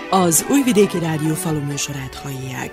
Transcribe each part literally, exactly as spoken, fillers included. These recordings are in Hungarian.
Az Újvidéki Rádió faluműsorát hallják.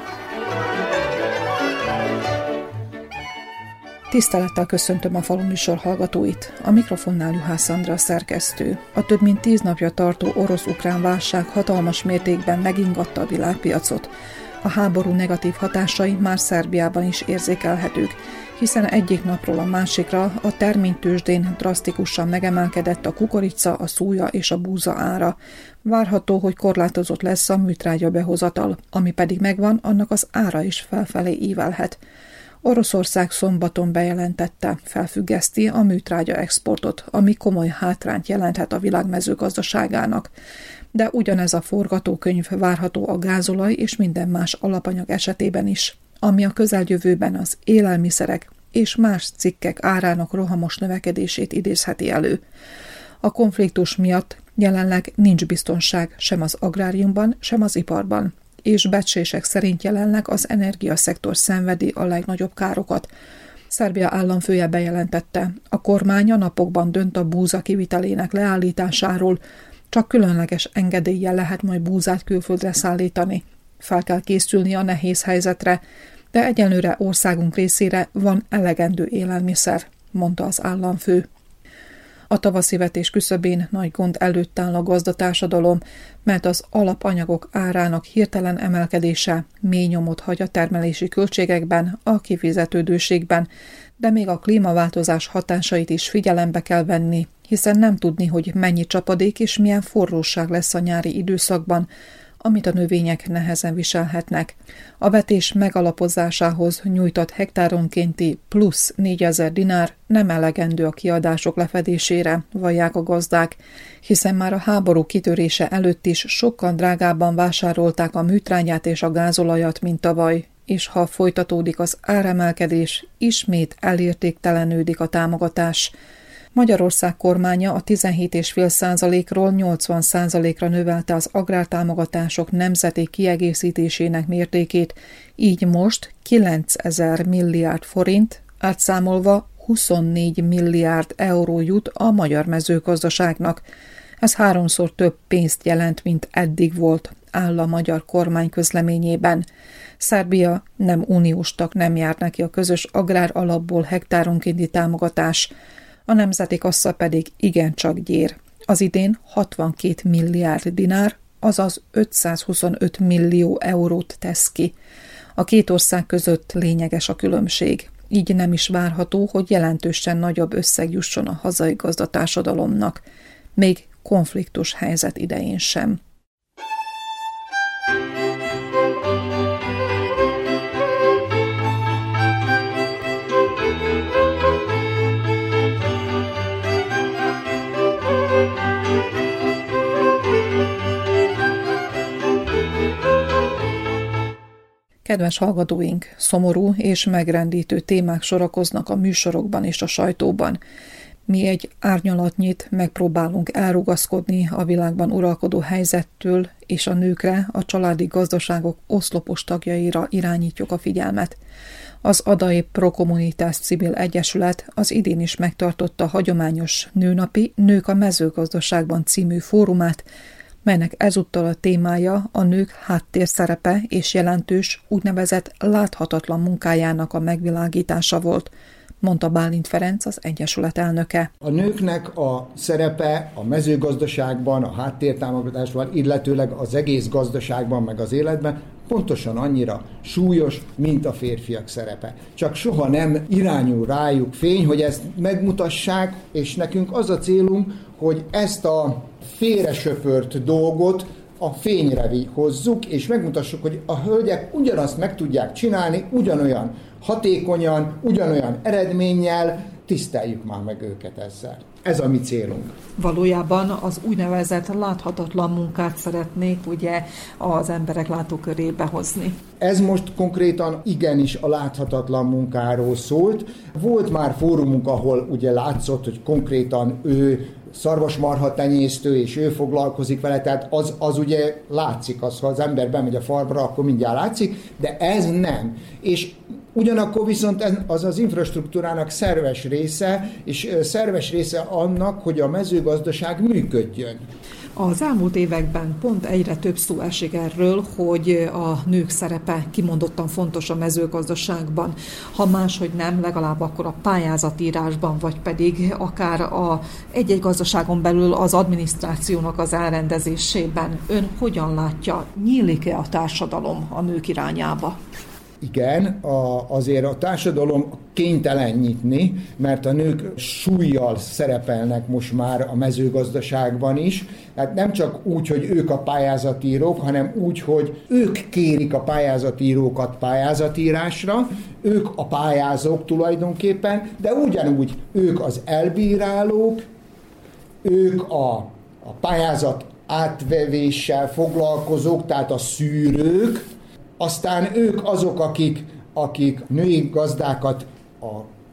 Tisztelettel köszöntöm a faluműsor hallgatóit. A mikrofonnál Juhász Andrea szerkesztő. A több mint tíz napja tartó orosz-ukrán válság hatalmas mértékben megingatta a világpiacot. A háború negatív hatásai már Szerbiában is érzékelhetők, hiszen egyik napról a másikra a terménytőzsdén drasztikusan megemelkedett a kukorica, a szója és a búza ára. Várható, hogy korlátozott lesz a műtrágya behozatal, ami pedig megvan, annak az ára is felfelé ívelhet. Oroszország szombaton bejelentette, felfüggeszti a műtrágya exportot, ami komoly hátrányt jelenthet a világ mezőgazdaságának. De ugyanez a forgatókönyv várható a gázolaj és minden más alapanyag esetében is, ami a közeljövőben az élelmiszerek és más cikkek árának rohamos növekedését idézheti elő. A konfliktus miatt jelenleg nincs biztonság sem az agráriumban, sem az iparban, és becslések szerint jelenleg az energiaszektor szenvedi a legnagyobb károkat. Szerbia államfője bejelentette, a kormány a napokban dönt a búza kivitelének leállításáról, csak különleges engedéllyel lehet majd búzát külföldre szállítani. Fel kell készülni a nehéz helyzetre, de egyelőre országunk részére van elegendő élelmiszer, mondta az államfő. A tavaszi vetés küszöbén nagy gond előtt áll a gazdatársadalom, mert az alapanyagok árának hirtelen emelkedése mély nyomot hagy a termelési költségekben, a kifizetődőségben, de még a klímaváltozás hatásait is figyelembe kell venni, hiszen nem tudni, hogy mennyi csapadék és milyen forróság lesz a nyári időszakban, amit a növények nehezen viselhetnek. A vetés megalapozásához nyújtott hektáronkénti plusz négyezer dinár nem elegendő a kiadások lefedésére, vallják a gazdák, hiszen már a háború kitörése előtt is sokkal drágábban vásárolták a műtrágyát és a gázolajat, mint tavaly, és ha folytatódik az áremelkedés, ismét elértéktelenődik a támogatás. Magyarország kormánya a tizenhét egész öt százalékról nyolcvan százalékra növelte az agrártámogatások nemzeti kiegészítésének mértékét, így most kilencezer milliárd forint, átszámolva huszonnégy milliárd euró jut a magyar mezőgazdaságnak. Ez háromszor több pénzt jelent, mint eddig volt, áll a magyar kormány közleményében. Szerbia nem uniós tag, nem jár neki a közös agrár alapból hektáronkénti támogatás, a nemzeti kassa pedig igencsak gyér. Az idén hatvankét milliárd dinár, azaz ötszázhuszonöt millió eurót tesz ki. A két ország között lényeges a különbség. Így nem is várható, hogy jelentősen nagyobb összeg jusson a hazai gazdatársadalomnak, még konfliktus helyzet idején sem. Kedves hallgatóink, szomorú és megrendítő témák sorakoznak a műsorokban és a sajtóban. Mi egy árnyalatnyit megpróbálunk elrugaszkodni a világban uralkodó helyzettől, és a nőkre, a családi gazdaságok oszlopos tagjaira irányítjuk a figyelmet. Az Adai Pro Comunitas Civil Egyesület az idén is megtartotta a hagyományos nőnapi Nők a mezőgazdaságban című fórumát, melynek ezúttal a témája a nők háttérszerepe és jelentős úgynevezett láthatatlan munkájának a megvilágítása volt, mondta Bálint Ferenc, az Egyesület elnöke. A nőknek a szerepe a mezőgazdaságban, a háttértámogatásban, illetőleg az egész gazdaságban, meg az életben pontosan annyira súlyos, mint a férfiak szerepe. Csak soha nem irányul rájuk fény, hogy ezt megmutassák, és nekünk az a célunk, hogy ezt a félresöpört dolgot a fényre hozzuk, és megmutassuk, hogy a hölgyek ugyanazt meg tudják csinálni, ugyanolyan hatékonyan, ugyanolyan eredménnyel, tiszteljük már meg őket ezzel. Ez a mi célunk. Valójában az úgynevezett láthatatlan munkát szeretnék ugye az emberek látókörébe hozni. Ez most konkrétan igenis a láthatatlan munkáról szólt. Volt már fórumunk, ahol ugye látszott, hogy konkrétan ő szarvasmarha tenyésztő, és ő foglalkozik vele, tehát az, az ugye látszik, az, ha az ember bemegy a farmra, akkor mindjárt látszik, de ez nem. És ugyanakkor viszont az az infrastruktúrának szerves része, és szerves része annak, hogy a mezőgazdaság működjön. Az elmúlt években pont egyre több szó esik erről, hogy a nők szerepe kimondottan fontos a mezőgazdaságban. Ha máshogy nem, legalább akkor a pályázatírásban, vagy pedig akár a egy-egy gazdaságon belül az adminisztrációnak az elrendezésében. Ön hogyan látja, nyílik-e a társadalom a nők irányába? Igen, a, azért a társadalom kénytelen nyitni, mert a nők súllyal szerepelnek most már a mezőgazdaságban is. Tehát nem csak úgy, hogy ők a pályázatírók, hanem úgy, hogy ők kérik a pályázatírókat pályázatírásra, ők a pályázók tulajdonképpen, de ugyanúgy ők az elbírálók, ők a, a pályázat átvevéssel foglalkozók, tehát a szűrők. Aztán ők azok, akik, akik női gazdákat a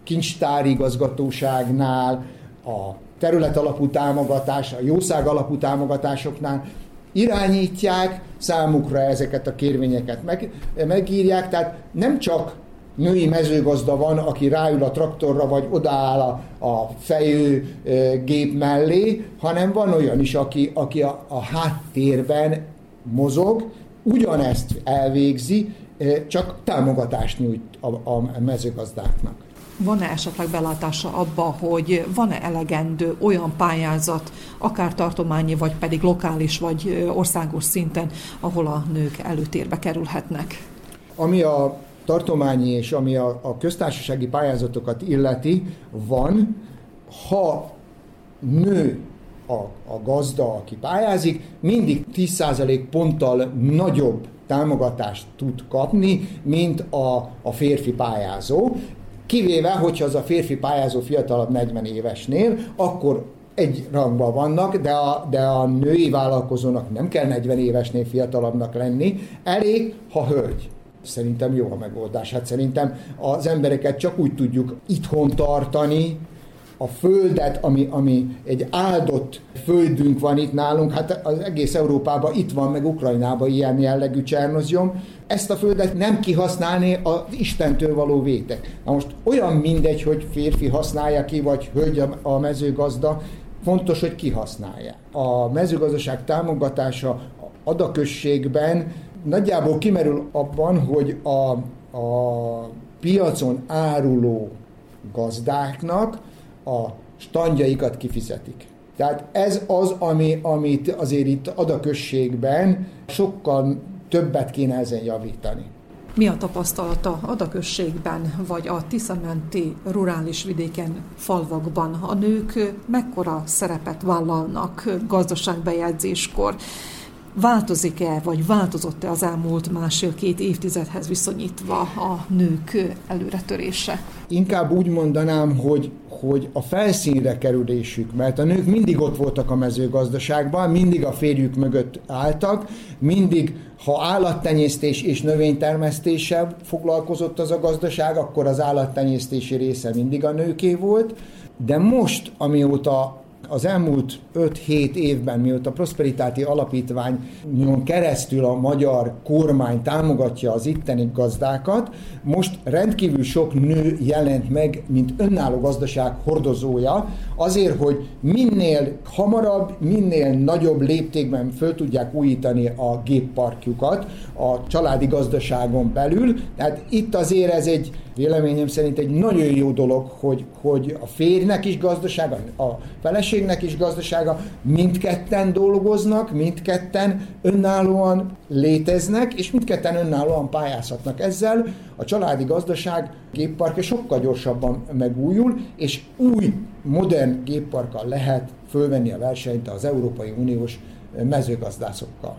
kincstárigazgatóságnál, a területalapú támogatás, a jószág alapú támogatásoknál irányítják, számukra ezeket a kérvényeket meg, megírják. Tehát nem csak női mezőgazda van, aki ráül a traktorra, vagy odaáll a, a fejőgép mellé, hanem van olyan is, aki, aki a, a háttérben mozog, ugyanezt elvégzi, csak támogatást nyújt a, a mezőgazdáknak. Van-e esetleg belátása abba, hogy van-e elegendő olyan pályázat, akár tartományi, vagy pedig lokális, vagy országos szinten, ahol a nők előtérbe kerülhetnek? Ami a tartományi és ami a, a köztársasági pályázatokat illeti, van, ha nő A, a gazda, aki pályázik, mindig tíz százalék ponttal nagyobb támogatást tud kapni, mint a, a férfi pályázó. Kivéve, hogyha az a férfi pályázó fiatalabb negyven évesnél, akkor egy rangban vannak, de a, de a női vállalkozónak nem kell negyven évesnél fiatalabbnak lenni, elég, ha hölgy. Szerintem jó a megoldás. Hát szerintem az embereket csak úgy tudjuk itthon tartani, a földet, ami, ami egy áldott földünk van itt nálunk, hát az egész Európában itt van, meg Ukrajnában ilyen jellegű Csernozjom, ezt a földet nem kihasználni az Istentől való vétek. Na most olyan mindegy, hogy férfi használja ki, vagy hölgy a mezőgazda, fontos, hogy kihasználja. A mezőgazdaság támogatása Adaközségben nagyjából kimerül abban, hogy a, a piacon áruló gazdáknak a standjaikat kifizetik. Tehát ez az, ami, amit azért itt Adaközségben sokkal többet kéne ezen javítani. Mi a tapasztalata Adaközségben, vagy a Tisza-menti rurális vidéken, falvakban? A nők mekkora szerepet vállalnak gazdaságbejegyzéskor? Változik-e, vagy változott-e az elmúlt másfél-két évtizedhez viszonyítva a nők előretörése? Inkább úgy mondanám, hogy, hogy a felszínre kerülésük, mert a nők mindig ott voltak a mezőgazdaságban, mindig a férjük mögött álltak, mindig, ha állattenyésztés és növénytermesztéssel foglalkozott az a gazdaság, akkor az állattenyésztési része mindig a nőké volt, de most, amióta az elmúlt öt-hét évben, mióta a Prosperitáti Alapítványon keresztül a magyar kormány támogatja az itteni gazdákat, most rendkívül sok nő jelent meg, mint önálló gazdaság hordozója, azért, hogy minél hamarabb, minél nagyobb léptékben föl tudják újítani a gépparkjukat a családi gazdaságon belül. Tehát itt azért ez egy, véleményem szerint egy nagyon jó dolog, hogy, hogy a férjnek is gazdasága, a feleségnek is gazdasága, mindketten dolgoznak, mindketten önállóan léteznek, és mindketten önállóan pályázhatnak. Ezzel a családi gazdaság gépparkja sokkal gyorsabban megújul, és új, modern gépparkkal lehet fölvenni a versenyt az Európai Uniós mezőgazdászokkal.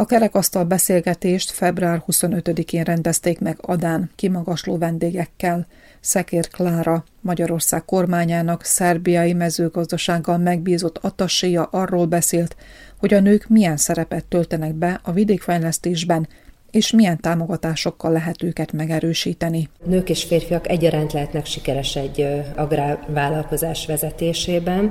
A kerekasztal beszélgetést február huszonötödikén rendezték meg Adán kimagasló vendégekkel. Szekér Klára, Magyarország kormányának szerbiai mezőgazdasággal megbízott attaséja arról beszélt, hogy a nők milyen szerepet töltenek be a vidékfejlesztésben, és milyen támogatásokkal lehet őket megerősíteni. Nők és férfiak egyaránt lehetnek sikeres egy agrárvállalkozás vezetésében,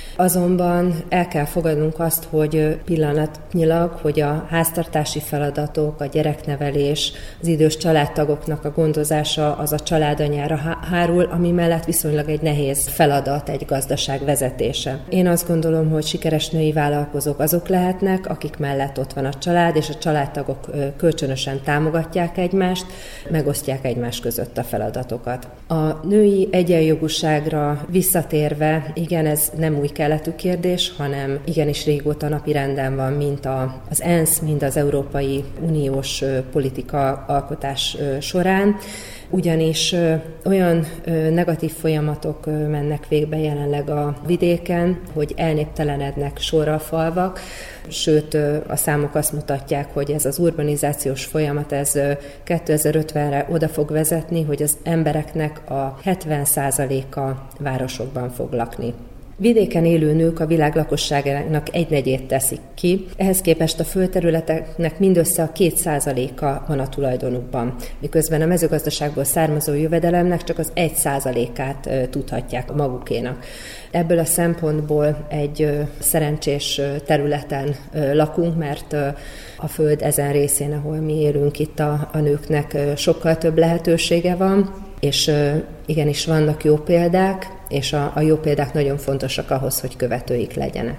azonban el kell fogadnunk azt, hogy pillanatnyilag, hogy a háztartási feladatok, a gyereknevelés, az idős családtagoknak a gondozása az a családanyára hárul, ami mellett viszonylag egy nehéz feladat egy gazdaság vezetése. Én azt gondolom, hogy sikeres női vállalkozók azok lehetnek, akik mellett ott van a család, és a családtagok kölcsönösen támogatják egymást, megosztják egymás között a feladatokat. A női egyenjogúságra visszatérve, igen, ez nem új keletű kérdés, hanem igenis régóta napirenden van, mint a, az ENSZ, mind az Európai Uniós politika alkotás során, ugyanis olyan negatív folyamatok mennek végbe jelenleg a vidéken, hogy elnéptelenednek sorra a falvak, sőt a számok azt mutatják, hogy ez az urbanizációs folyamat ez kétezer-ötvenre oda fog vezetni, hogy az embereknek a hetven százaléka városokban fog lakni. Vidéken élő nők a világ lakosságának egynegyedét teszik ki, ehhez képest a földterületeknek mindössze a két százaléka van a tulajdonukban, miközben a mezőgazdaságból származó jövedelemnek csak az egy százalékát tudhatják magukénak. Ebből a szempontból egy szerencsés területen lakunk, mert a föld ezen részén, ahol mi élünk, itt a, a nőknek sokkal több lehetősége van, és igenis vannak jó példák, és a, a jó példák nagyon fontosak ahhoz, hogy követőik legyenek.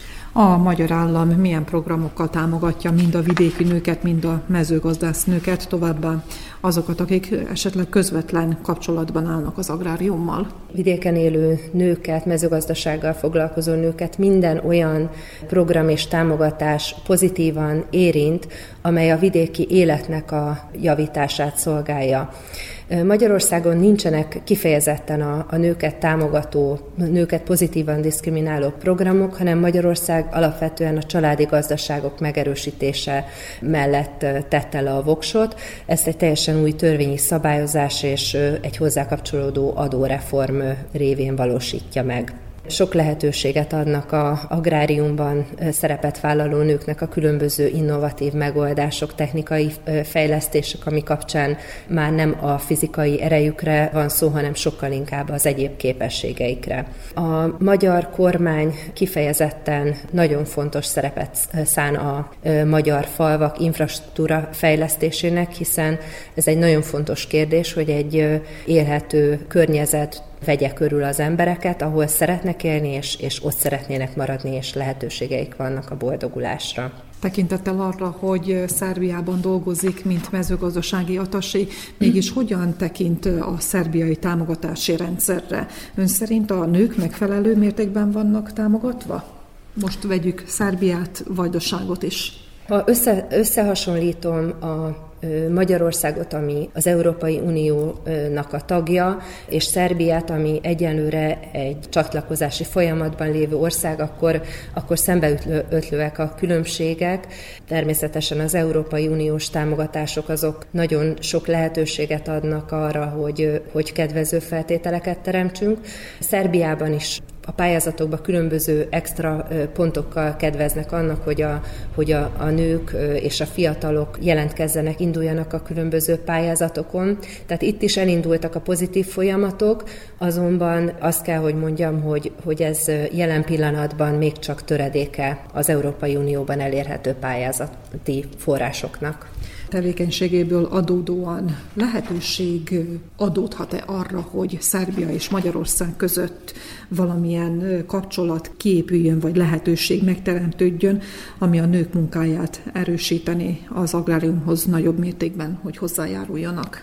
A magyar állam milyen programokkal támogatja mind a vidéki nőket, mind a mezőgazdász nőket, továbbá azokat, akik esetleg közvetlen kapcsolatban állnak az agráriummal? Vidéken élő nőket, mezőgazdasággal foglalkozó nőket minden olyan program és támogatás pozitívan érint, amely a vidéki életnek a javítását szolgálja. Magyarországon nincsenek kifejezetten a, a nőket támogató, nőket pozitívan diszkrimináló programok, hanem Magyarország alapvetően a családi gazdaságok megerősítése mellett tette le a voksot. Ezt egy teljesen új törvényi szabályozás és egy hozzá kapcsolódó adóreform révén valósítja meg. Sok lehetőséget adnak az agráriumban szerepet vállaló nőknek a különböző innovatív megoldások, technikai fejlesztések, ami kapcsán már nem a fizikai erejükre van szó, hanem sokkal inkább az egyéb képességeikre. A magyar kormány kifejezetten nagyon fontos szerepet szán a magyar falvak infrastruktúra fejlesztésének, hiszen ez egy nagyon fontos kérdés, hogy egy élhető környezet vegye körül az embereket, ahol szeretnek élni, és, és ott szeretnének maradni, és lehetőségeik vannak a boldogulásra. Tekintettel arra, hogy Szerbiában dolgozik, mint mezőgazdasági attaché, mégis hogyan tekint a szerbiai támogatási rendszerre? Ön szerint a nők megfelelő mértékben vannak támogatva? Most vegyük Szerbiát, Vajdaságot is. Ha össze, összehasonlítom a Magyarországot, ami az Európai Uniónak a tagja, és Szerbiát, ami egyenlőre egy csatlakozási folyamatban lévő ország, akkor, akkor szembeötlőek a különbségek. Természetesen az Európai Uniós támogatások azok nagyon sok lehetőséget adnak arra, hogy, hogy kedvező feltételeket teremtsünk. Szerbiában is a pályázatokban különböző extra pontokkal kedveznek annak, hogy a, hogy a, a nők és a fiatalok jelentkezzenek, induljanak a különböző pályázatokon. Tehát itt is elindultak a pozitív folyamatok, azonban azt kell, hogy mondjam, hogy, hogy ez jelen pillanatban még csak töredéke az Európai Unióban elérhető pályázati forrásoknak. Tevékenységéből adódóan lehetőség adódhat-e arra, hogy Szerbia és Magyarország között valamilyen kapcsolat kiépüljön, vagy lehetőség megteremtődjön, ami a nők munkáját erősíteni az agráriumhoz nagyobb mértékben, hogy hozzájáruljanak?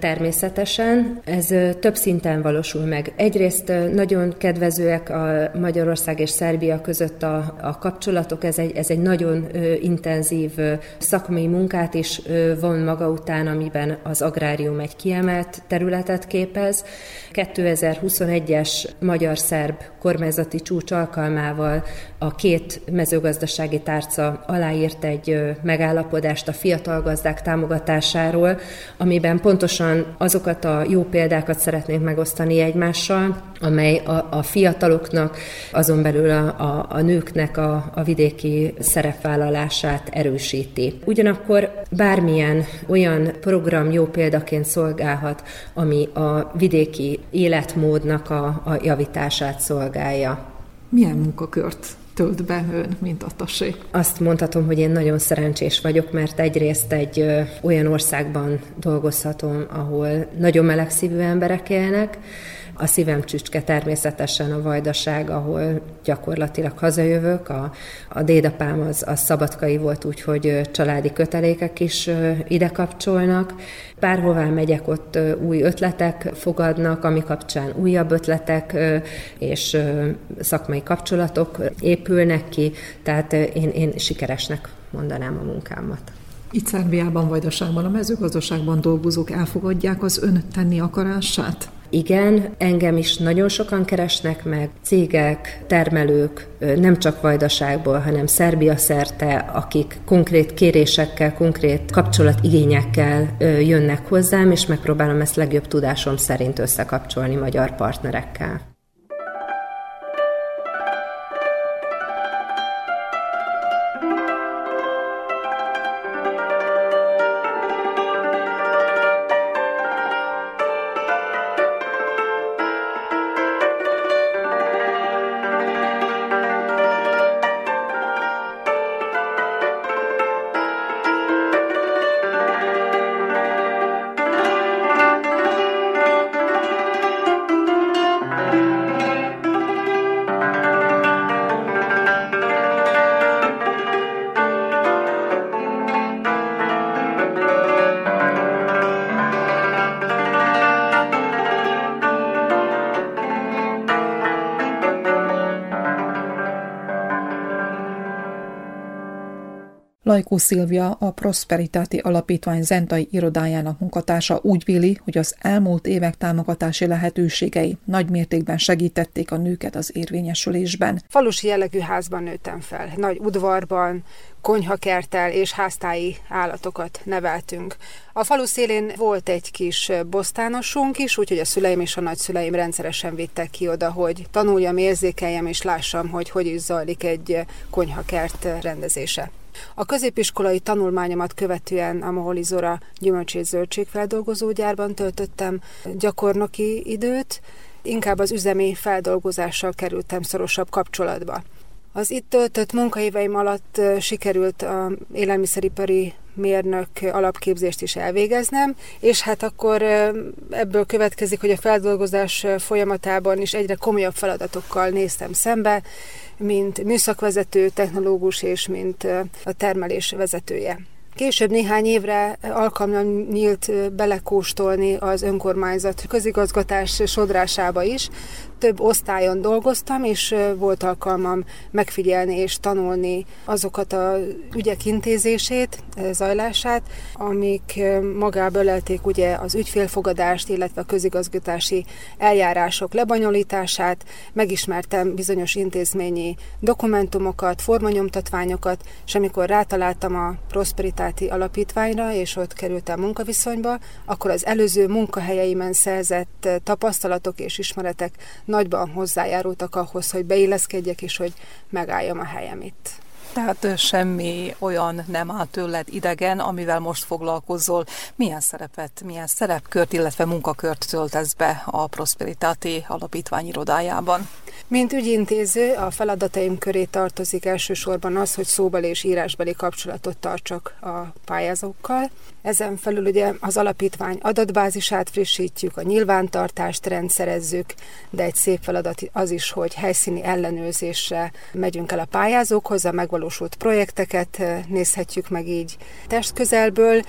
természetesen. Ez több szinten valósul meg. Egyrészt nagyon kedvezőek a Magyarország és Szerbia között a, a kapcsolatok, ez egy, ez egy nagyon intenzív szakmai munkát is von maga után, amiben az agrárium egy kiemelt területet képez. kétezer-huszonegyes magyar-szerb kormányzati csúcs alkalmával a két mezőgazdasági tárca aláírt egy megállapodást a fiatal gazdák támogatásáról, amiben pontosan azokat a jó példákat szeretnénk megosztani egymással, amely a, a fiataloknak, azon belül a, a, a nőknek a, a vidéki szerepvállalását erősíti. Ugyanakkor bármilyen olyan program jó példaként szolgálhat, ami a vidéki életmódnak a, a javítását szolgálja. Milyen munkakört tölt be ön, mint attasé? Azt mondhatom, hogy én nagyon szerencsés vagyok, mert egyrészt egy ö, olyan országban dolgozhatom, ahol nagyon melegszívű emberek élnek. A szívem csücske természetesen a Vajdaság, ahol gyakorlatilag hazajövök. A, a dédapám az, az szabadkai volt, úgyhogy családi kötelékek is ide kapcsolnak. Bárhová megyek, ott új ötletek fogadnak, ami kapcsán újabb ötletek és szakmai kapcsolatok épülnek ki, tehát én, én sikeresnek mondanám a munkámat. Itt Szerbiában, Vajdaságban, a mezőgazdaságban dolgozók elfogadják az ön tenni akarását? Igen, engem is nagyon sokan keresnek meg, cégek, termelők, nem csak Vajdaságból, hanem Szerbia szerte, akik konkrét kérésekkel, konkrét kapcsolatigényekkel jönnek hozzám, és megpróbálom ezt legjobb tudásom szerint összekapcsolni magyar partnerekkel. Lajkó Szilvia, a Prosperitáti Alapítvány zentai irodájának munkatársa úgy véli, hogy az elmúlt évek támogatási lehetőségei nagy mértékben segítették a nőket az érvényesülésben. Falusi jellegű házban nőttem fel, nagy udvarban, konyhakerttel és háztáji állatokat neveltünk. A falu szélén volt egy kis bosztánosunk is, úgyhogy a szüleim és a nagyszüleim rendszeresen vittek ki oda, hogy tanuljam, érzékeljem és lássam, hogy hogy is zajlik egy konyhakert rendezése. A középiskolai tanulmányomat követően a Moholi Zora gyümölcs- és zöldségfeldolgozógyárban töltöttem gyakornoki időt, inkább az üzemi feldolgozással kerültem szorosabb kapcsolatba. Az itt töltött munkaéveim alatt sikerült az élelmiszeripari mérnök alapképzést is elvégeznem, és hát akkor ebből következik, hogy a feldolgozás folyamatában is egyre komolyabb feladatokkal néztem szembe, mint műszakvezető, technológus és mint a termelés vezetője. Később néhány évre alkalmam nyílt belekóstolni az önkormányzat közigazgatás sodrásába is. Több osztályon dolgoztam, és volt alkalmam megfigyelni és tanulni azokat az ügyek intézését, zajlását, amik magába ölelték ugye az ügyfélfogadást, illetve a közigazgatási eljárások lebonyolítását. Megismertem bizonyos intézményi dokumentumokat, formanyomtatványokat, és amikor rátaláltam a Prosperitáti Alapítványra, és ott kerültem munkaviszonyba, akkor az előző munkahelyeimen szerzett tapasztalatok és ismeretek nagyban hozzájárultak ahhoz, hogy beilleszkedjek, és hogy megálljam a helyem itt. Tehát semmi olyan nem áll tőled idegen, amivel most foglalkozol. Milyen szerepet, milyen szerepkört, illetve munkakört töltesz be a Prosperitáti Alapítvány irodájában? Mint ügyintéző, a feladataim köré tartozik elsősorban az, hogy szóbeli és írásbeli kapcsolatot tartsak a pályázókkal. Ezen felül ugye az alapítvány adatbázisát frissítjük, a nyilvántartást rendszerezzük, de egy szép feladat az is, hogy helyszíni ellenőrzésre megyünk el a pályázókhoz, a megvalósult projekteket nézhetjük meg így testközelből,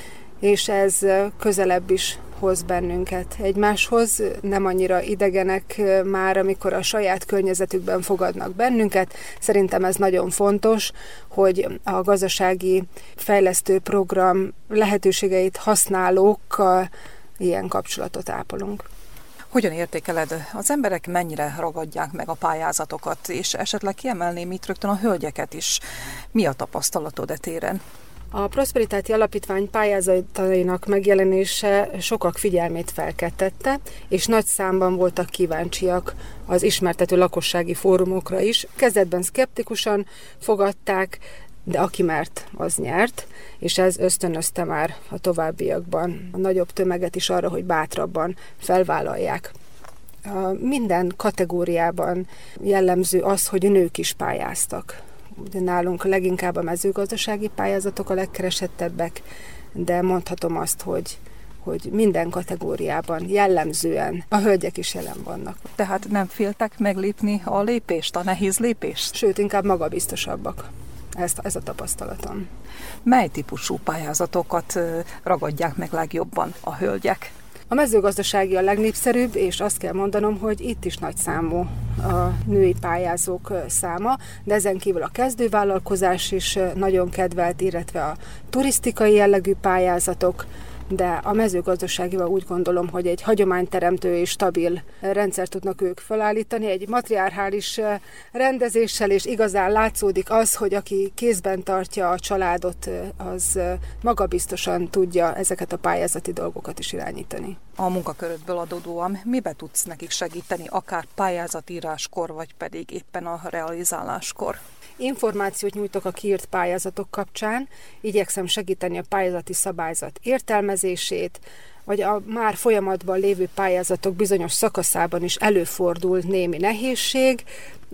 és ez közelebb is hoz bennünket egymáshoz, nem annyira idegenek már, amikor a saját környezetükben fogadnak bennünket. Szerintem ez nagyon fontos, hogy a gazdasági fejlesztő program lehetőségeit használókkal ilyen kapcsolatot ápolunk. Hogyan értékeled, az emberek mennyire ragadják meg a pályázatokat, és esetleg kiemelném itt rögtön a hölgyeket is. Mi a tapasztalatod e téren? A Prosperitáti Alapítvány pályázatainak megjelenése sokak figyelmét felkeltette, és nagy számban voltak kíváncsiak az ismertető lakossági fórumokra is. Kezdetben szkeptikusan fogadták, de aki mert, az nyert, és ez ösztönözte már a továbbiakban a nagyobb tömeget is arra, hogy bátrabban felvállalják. A minden kategóriában jellemző az, hogy nők is pályáztak. Nálunk leginkább a mezőgazdasági pályázatok a legkeresettebbek, de mondhatom azt, hogy, hogy minden kategóriában jellemzően a hölgyek is jelen vannak. Tehát nem féltek meglépni a lépést, a nehéz lépést? Sőt, inkább magabiztosabbak. Ez, ez a tapasztalatom. Mely típusú pályázatokat ragadják meg legjobban a hölgyek? A mezőgazdasági a legnépszerűbb, és azt kell mondanom, hogy itt is nagy számú a női pályázók száma, de ezen kívül a kezdővállalkozás is nagyon kedvelt, illetve a turisztikai jellegű pályázatok, de a mezőgazdaságival úgy gondolom, hogy egy hagyományteremtő és stabil rendszert tudnak ők felállítani, egy matriarchális rendezéssel, és igazán látszódik az, hogy aki kézben tartja a családot, az magabiztosan tudja ezeket a pályázati dolgokat is irányítani. A munkakörödből adódóan mibe tudsz nekik segíteni, akár pályázatíráskor, vagy pedig éppen a realizáláskor? Információt nyújtok a kiírt pályázatok kapcsán, igyekszem segíteni a pályázati szabályzat értelmezését, vagy a már folyamatban lévő pályázatok bizonyos szakaszában is előfordul némi nehézség,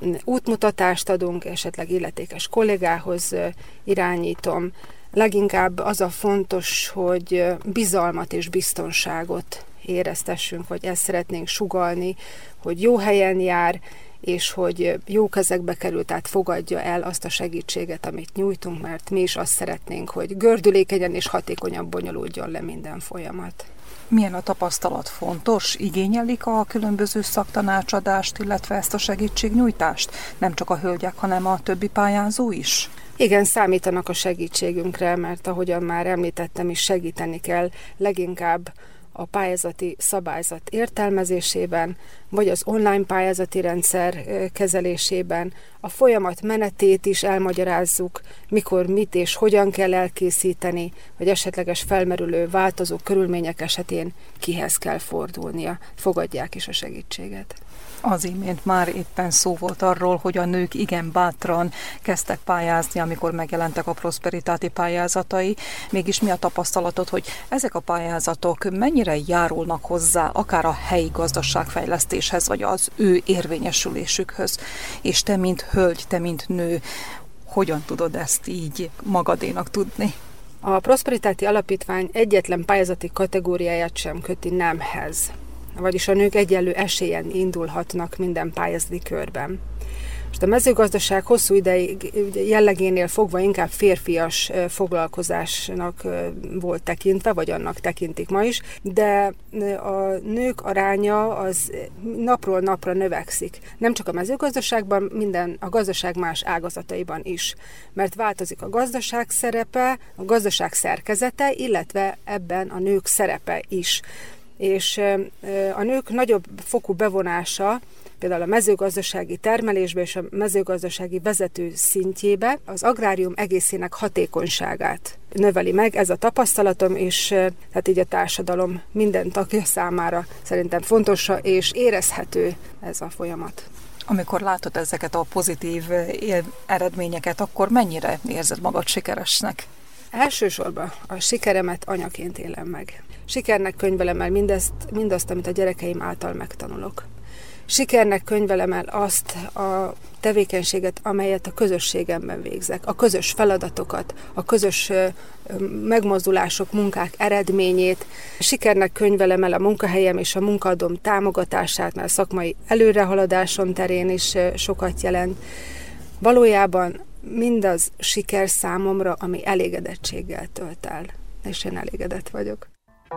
útmutatást adunk, esetleg illetékes kollégához irányítom. Leginkább az a fontos, hogy bizalmat és biztonságot éreztessünk, vagy ezt szeretnénk sugallni, hogy jó helyen jár, és hogy jó kezekbe kerül, tehát fogadja el azt a segítséget, amit nyújtunk, mert mi is azt szeretnénk, hogy gördülékenyen és hatékonyan bonyolódjon le minden folyamat. Milyen a tapasztalat? Fontos? Igényelik a különböző szaktanácsadást, illetve ezt a segítségnyújtást? Nem csak a hölgyek, hanem a többi pályázó is? Igen, számítanak a segítségünkre, mert ahogyan már említettem is, segíteni kell leginkább a pályázati szabályzat értelmezésében, vagy az online pályázati rendszer kezelésében. A folyamat menetét is elmagyarázzuk, mikor, mit és hogyan kell elkészíteni, vagy esetleges felmerülő változó körülmények esetén kihez kell fordulnia. Fogadják is a segítséget. Az imént már éppen szó volt arról, hogy a nők igen bátran kezdtek pályázni, amikor megjelentek a Prosperitáti pályázatai. Mégis mi a tapasztalatod, hogy ezek a pályázatok mennyire járulnak hozzá akár a helyi gazdaságfejlesztéshez, vagy az ő érvényesülésükhöz? És te, mint hölgy, te, mint nő, hogyan tudod ezt így magadénak tudni? A Prosperitáti Alapítvány egyetlen pályázati kategóriáját sem köti nemhez. Vagyis a nők egyenlő esélyen indulhatnak minden pályázati körben. Most a mezőgazdaság hosszú ideig jellegénél fogva inkább férfias foglalkozásnak volt tekintve, vagy annak tekintik ma is, de a nők aránya az napról napra növekszik. Nem csak a mezőgazdaságban, minden a gazdaság más ágazataiban is. Mert változik a gazdaság szerepe, a gazdaság szerkezete, illetve ebben a nők szerepe is. És a nők nagyobb fokú bevonása, például a mezőgazdasági termelésbe és a mezőgazdasági vezető szintjébe az agrárium egészének hatékonyságát növeli meg. Ez a tapasztalatom, és tehát így a társadalom minden tagja számára szerintem fontos és érezhető ez a folyamat. Amikor látod ezeket a pozitív eredményeket, akkor mennyire érzed magad sikeresnek? Elsősorban a sikeremet anyaként élem meg. Sikernek könyvelem el mindezt, mindazt, amit a gyerekeim által megtanulok. Sikernek könyvelem el azt a tevékenységet, amelyet a közösségemben végzek, a közös feladatokat, a közös megmozdulások, munkák eredményét. Sikernek könyvelem el a munkahelyem és a munkaadóm támogatását, mert a szakmai előrehaladásom terén is sokat jelent. Valójában mindaz siker számomra, ami elégedettséggel tölt el. és én elégedett vagyok.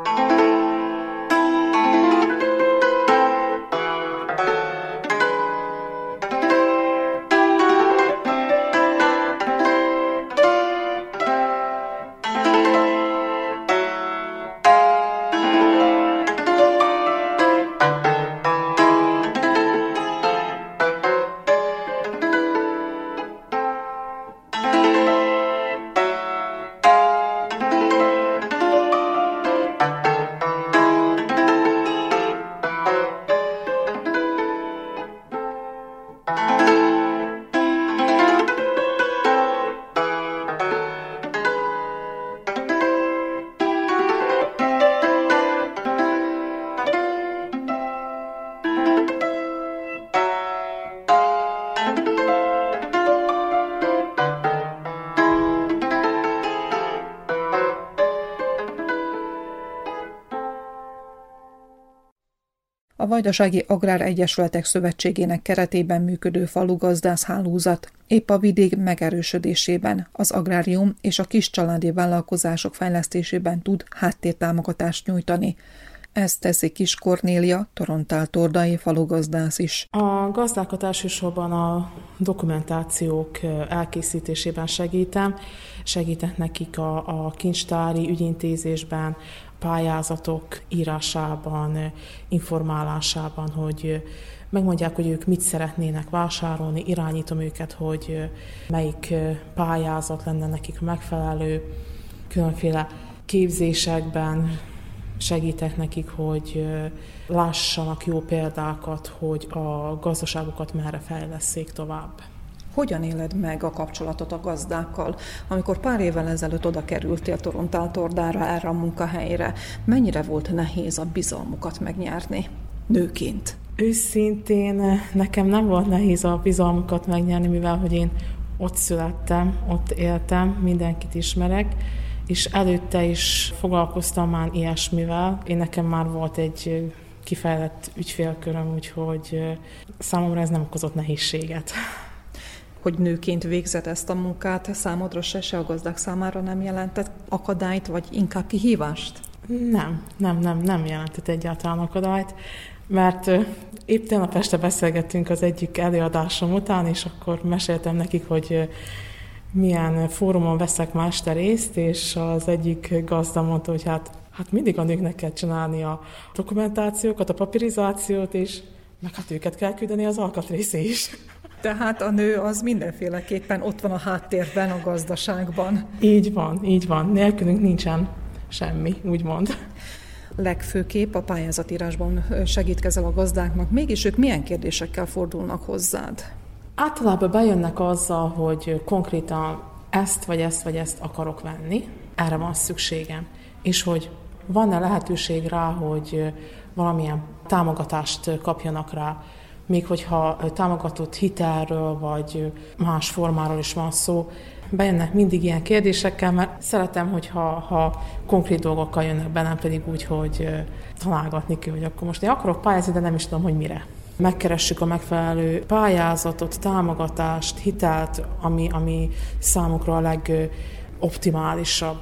A Vajdasági Agrár Egyesületek Szövetségének keretében működő falugazdász hálózat épp a vidék megerősödésében, az agrárium és a kiscsaládi vállalkozások fejlesztésében tud háttértámogatást nyújtani. Ezt teszi Kis Kornélia, torontál-tordai falugazdász is. A gazdákat elsősorban a dokumentációk elkészítésében segítem, segítek nekik a, a kincstári ügyintézésben, pályázatok írásában, informálásában, hogy megmondják, hogy ők mit szeretnének vásárolni, irányítom őket, hogy melyik pályázat lenne nekik megfelelő, különféle képzésekben segítek nekik, hogy lássanak jó példákat, hogy a gazdaságukat merre fejlesszék tovább. Hogyan éled meg a kapcsolatot a gazdákkal? Amikor pár évvel ezelőtt oda kerültél Torontál-Tordára, erre a munkahelyre, mennyire volt nehéz a bizalmukat megnyerni nőként? Őszintén nekem nem volt nehéz a bizalmukat megnyerni, mivel hogy én ott születtem, ott éltem, mindenkit ismerek, és előtte is foglalkoztam már ilyesmivel. Én nekem már volt egy kifejlett ügyfélköröm, úgyhogy számomra ez nem okozott nehézséget. Hogy nőként végzett ezt a munkát, számodra se, se a gazdák számára nem jelentett akadályt, vagy inkább kihívást? Nem, nem, nem, nem jelentett egyáltalán akadályt, mert épp tegnap este beszélgettünk az egyik előadásom után, és akkor meséltem nekik, hogy milyen fórumon veszek ma este részt, és az egyik gazda mondta, hogy hát, hát mindig a nőknek kell csinálni a dokumentációkat, a papirizációt, és meg hát őket kell küldeni az alkatrészé is. Tehát a nő az mindenféleképpen ott van a háttérben, a gazdaságban. Így van, így van. Nélkülünk nincsen semmi, úgymond. Legfőképp a pályázatírásban segítkezel a gazdáknak. Mégis ők milyen kérdésekkel fordulnak hozzád? Általában bejönnek azzal, hogy konkrétan ezt vagy ezt vagy ezt akarok venni, erre van szükségem, és hogy van-e lehetőség rá, hogy valamilyen támogatást kapjanak rá, még hogyha támogatott hitelről vagy más formáról is van szó. Bejönnek mindig ilyen kérdésekkel, mert szeretem, hogyha ha konkrét dolgokkal jönnek be, nem pedig úgy, hogy találgatni kell, hogy akkor most én akarok pályázni, de nem is tudom, hogy mire. Megkeressük a megfelelő pályázatot, támogatást, hitelt, ami, ami számukra a legoptimálisabb.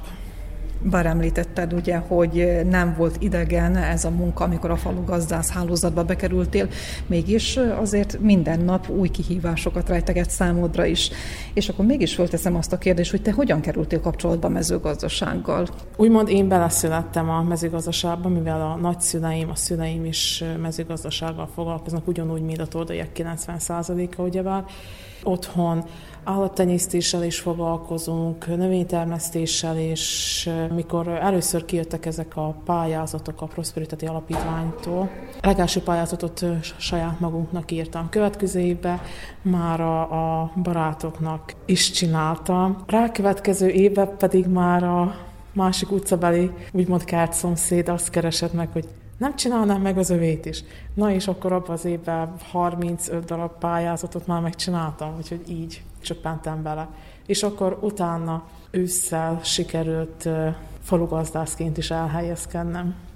Bár említetted ugye, hogy nem volt idegen ez a munka, amikor a falugazdász hálózatba bekerültél, mégis azért minden nap új kihívásokat rejteget számodra is. És akkor mégis fölteszem azt a kérdést, hogy te hogyan kerültél kapcsolatba a mezőgazdasággal? Úgymond én beleszülettem a mezőgazdaságba, mivel a nagyszüleim, a szüleim is mezőgazdasággal foglalkoznak, ugyanúgy, mint a tordaiak kilencven százaléka, ugyebár. Otthon állattenyésztéssel is foglalkozunk, növénytermesztéssel, és mikor először kijöttek ezek a pályázatok a Prosperity Alapítványtól, a legelső pályázatot saját magunknak írtam. Következő évben már a, a barátoknak is csináltam. Rákövetkező évben pedig már a másik utcabeli, úgymond kertszomszéd azt keresett meg, hogy nem csinálnám meg az övét is. Na és akkor abban az évben harmincöt darab pályázatot már megcsináltam, úgyhogy így csöppentem bele. És akkor utána ősszel sikerült falugazdászként is elhelyezkednem.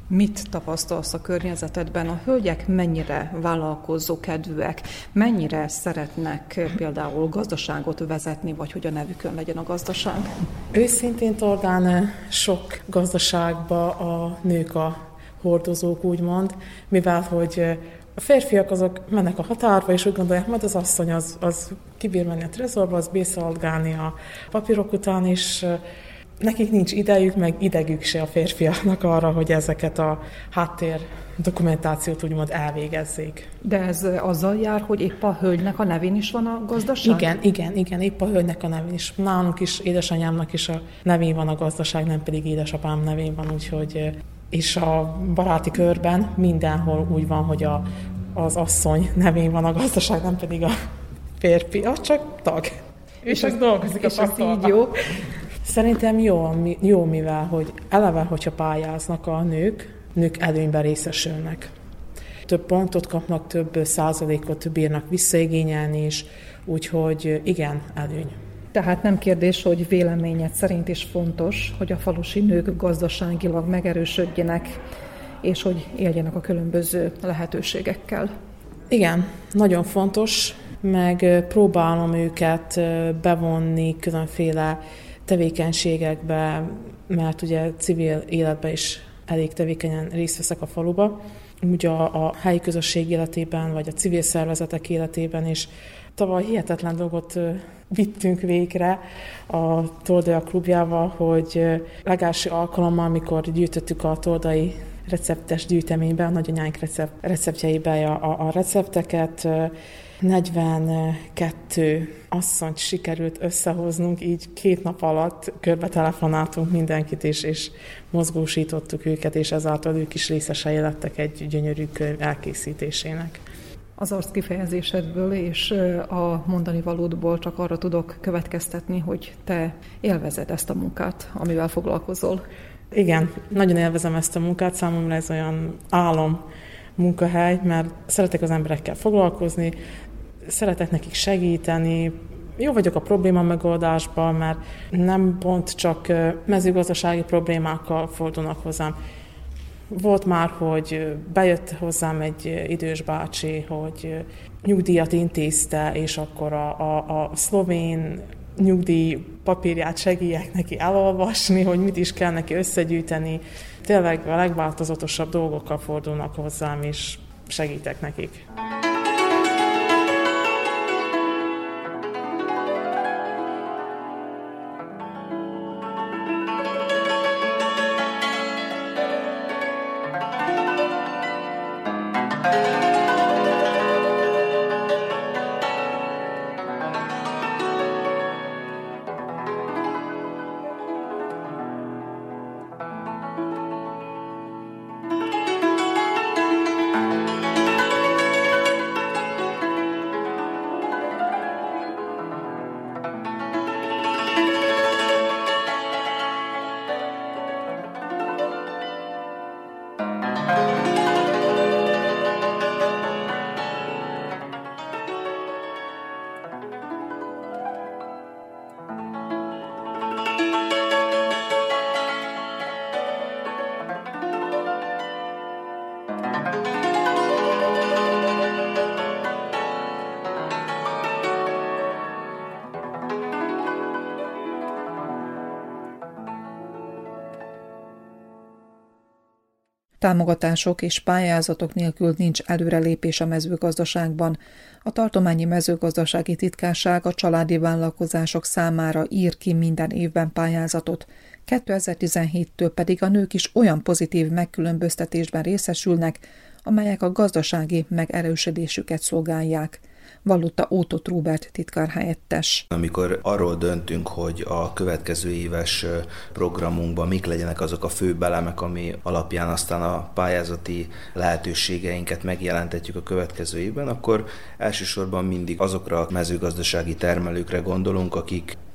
Mit tapasztalsz a környezetedben? A hölgyek mennyire vállalkozó kedvűek, mennyire szeretnek például gazdaságot vezetni, vagy hogy a nevükön legyen a gazdaság? Őszintén Tordán sok gazdaságba a nők a hordozók, úgymond, mivel hogy a férfiak azok mennek a határba, és úgy gondolják, majd az asszony az, az kibír menni a trezorba, az bészaladgálni a papírok után, és nekik nincs idejük, meg idegük se a férfiaknak arra, hogy ezeket a háttér dokumentációt úgymond elvégezzék. De ez azzal jár, hogy épp a hölgynek a nevén is van a gazdaság? Igen, igen, igen, épp a hölgynek a nevén is. Nálunk is, édesanyámnak is a nevén van a gazdaság, nem pedig édesapám nevén van, úgyhogy és a baráti körben mindenhol úgy van, hogy a, az asszony nevén van a gazdaság, nem pedig a férfi, az csak tag. Ő és csak dolgozik a szakmában. Így jó. Szerintem jó, jó, mivel hogy eleve, hogyha pályáznak a nők, nők előnyben részesülnek. Több pontot kapnak, több százalékot bírnak visszaigényelni is, úgyhogy igen, előny. Tehát nem kérdés, hogy véleményed szerint is fontos, hogy a falusi nők gazdaságilag megerősödjenek, és hogy éljenek a különböző lehetőségekkel. Igen, nagyon fontos, meg próbálom őket bevonni különféle tevékenységekbe, mert ugye civil életben is elég tevékenyen részt veszek a faluba, ugye a, a helyi közösség életében, vagy a civil szervezetek életében is. Tavaly hihetetlen dolgot vittünk végre a Toldaja klubjával, hogy legelső alkalommal, amikor gyűjtöttük a toldai receptes gyűjteménybe, a nagyanyáink recept, receptjeibe a, a recepteket, negyvenkettő asszonyt sikerült összehoznunk, így két nap alatt körbe telefonáltunk mindenkit, és, és mozgósítottuk őket, és ezáltal ők is részesei lettek egy gyönyörű könyv elkészítésének. Az arc kifejezésedből és a mondani valódból csak arra tudok következtetni, hogy te élvezed ezt a munkát, amivel foglalkozol. Igen, nagyon élvezem ezt a munkát, számomra ez olyan álom munkahely, mert szeretek az emberekkel foglalkozni, szeretek nekik segíteni, jó vagyok a probléma megoldásban, mert nem pont csak mezőgazdasági problémákkal fordulnak hozzám. Volt már, hogy bejött hozzám egy idős bácsi, hogy nyugdíjat intézte, és akkor a, a, a szlovén nyugdíj papírját segíjek neki elolvasni, hogy mit is kell neki összegyűjteni. Tényleg a legváltozatosabb dolgokkal fordulnak hozzám, és segítek nekik. Támogatások és pályázatok nélkül nincs előrelépés a mezőgazdaságban. A tartományi mezőgazdasági titkárság a családi vállalkozások számára ír ki minden évben pályázatot. kétezer-tizenhéttől pedig a nők is olyan pozitív megkülönböztetésben részesülnek, amelyek a gazdasági megerősödésüket szolgálják. Vallotta Ótot Róbert titkárhelyettes. Amikor arról döntünk, hogy a következő éves programunkban mik legyenek azok a fő elemek, ami alapján aztán a pályázati lehetőségeinket megjelentetjük a következő évben, akkor elsősorban mindig azokra a mezőgazdasági termelőkre gondolunk, akik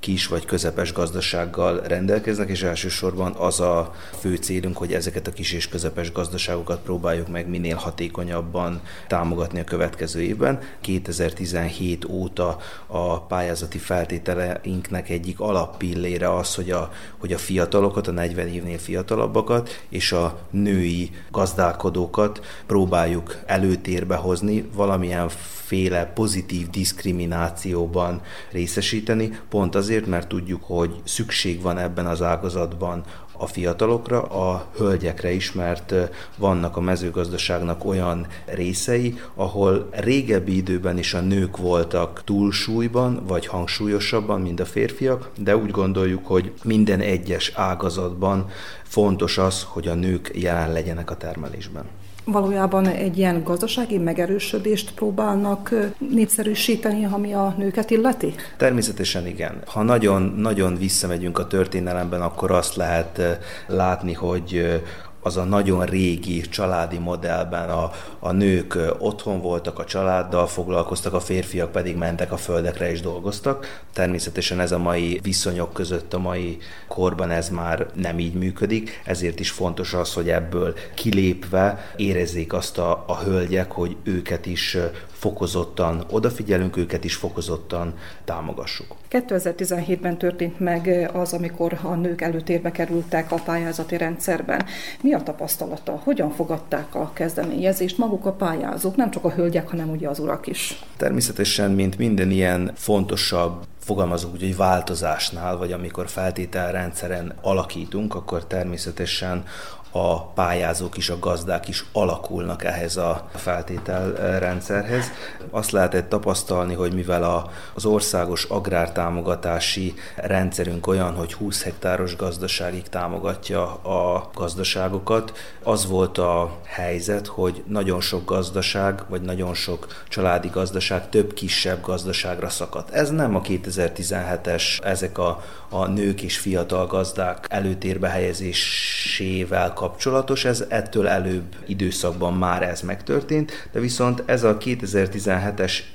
kis vagy közepes gazdasággal rendelkeznek, és elsősorban az a fő célunk, hogy ezeket a kis és közepes gazdaságokat próbáljuk meg minél hatékonyabban támogatni a következő évben. kétezer-tizenhét óta a pályázati feltételeinknek egyik alappillére az, hogy a, hogy a fiatalokat, a negyven évnél fiatalabbakat és a női gazdálkodókat próbáljuk előtérbe hozni, valamilyen féle pozitív diszkriminációban részesíteni, pont azért, mert tudjuk, hogy szükség van ebben az ágazatban a fiatalokra, a hölgyekre is, mert vannak a mezőgazdaságnak olyan részei, ahol régebbi időben is a nők voltak túlsúlyban, vagy hangsúlyosabban, mint a férfiak, de úgy gondoljuk, hogy minden egyes ágazatban fontos az, hogy a nők jelen legyenek a termelésben. Valójában egy ilyen gazdasági megerősödést próbálnak népszerűsíteni, ami a nőket illeti? Természetesen igen. Ha nagyon, nagyon visszamegyünk a történelemben, akkor azt lehet látni, hogy az a nagyon régi családi modellben a, a nők otthon voltak, a családdal foglalkoztak, a férfiak pedig mentek a földekre és dolgoztak. Természetesen ez a mai viszonyok között, a mai korban ez már nem így működik, ezért is fontos az, hogy ebből kilépve érezzék azt a, a hölgyek, hogy őket is fokozottan odafigyelünk, őket is fokozottan támogassuk. kétezer-tizenhétben történt meg az, amikor a nők előtérbe kerültek a pályázati rendszerben. Mi a tapasztalata? Hogyan fogadták a kezdeményezést maguk a pályázók, nem csak a hölgyek, hanem ugye az urak is? Természetesen, mint minden ilyen fontosabb, fogalmazunk úgy, hogy változásnál, vagy amikor feltételrendszeren alakítunk, akkor természetesen a pályázók is, a gazdák is alakulnak ehhez a feltételrendszerhez. Azt lehetett tapasztalni, hogy mivel a, az országos agrártámogatási rendszerünk olyan, hogy húsz hektáros gazdaságig támogatja a gazdaságokat, az volt a helyzet, hogy nagyon sok gazdaság, vagy nagyon sok családi gazdaság több kisebb gazdaságra szakadt. Ez nem a kétezer-tizenhetes, ezek a, a nők és fiatal gazdák előtérbe helyezésével kapcsolatos, ez ettől előbb időszakban már ez megtörtént, de viszont ez a kétezer-tizenhetes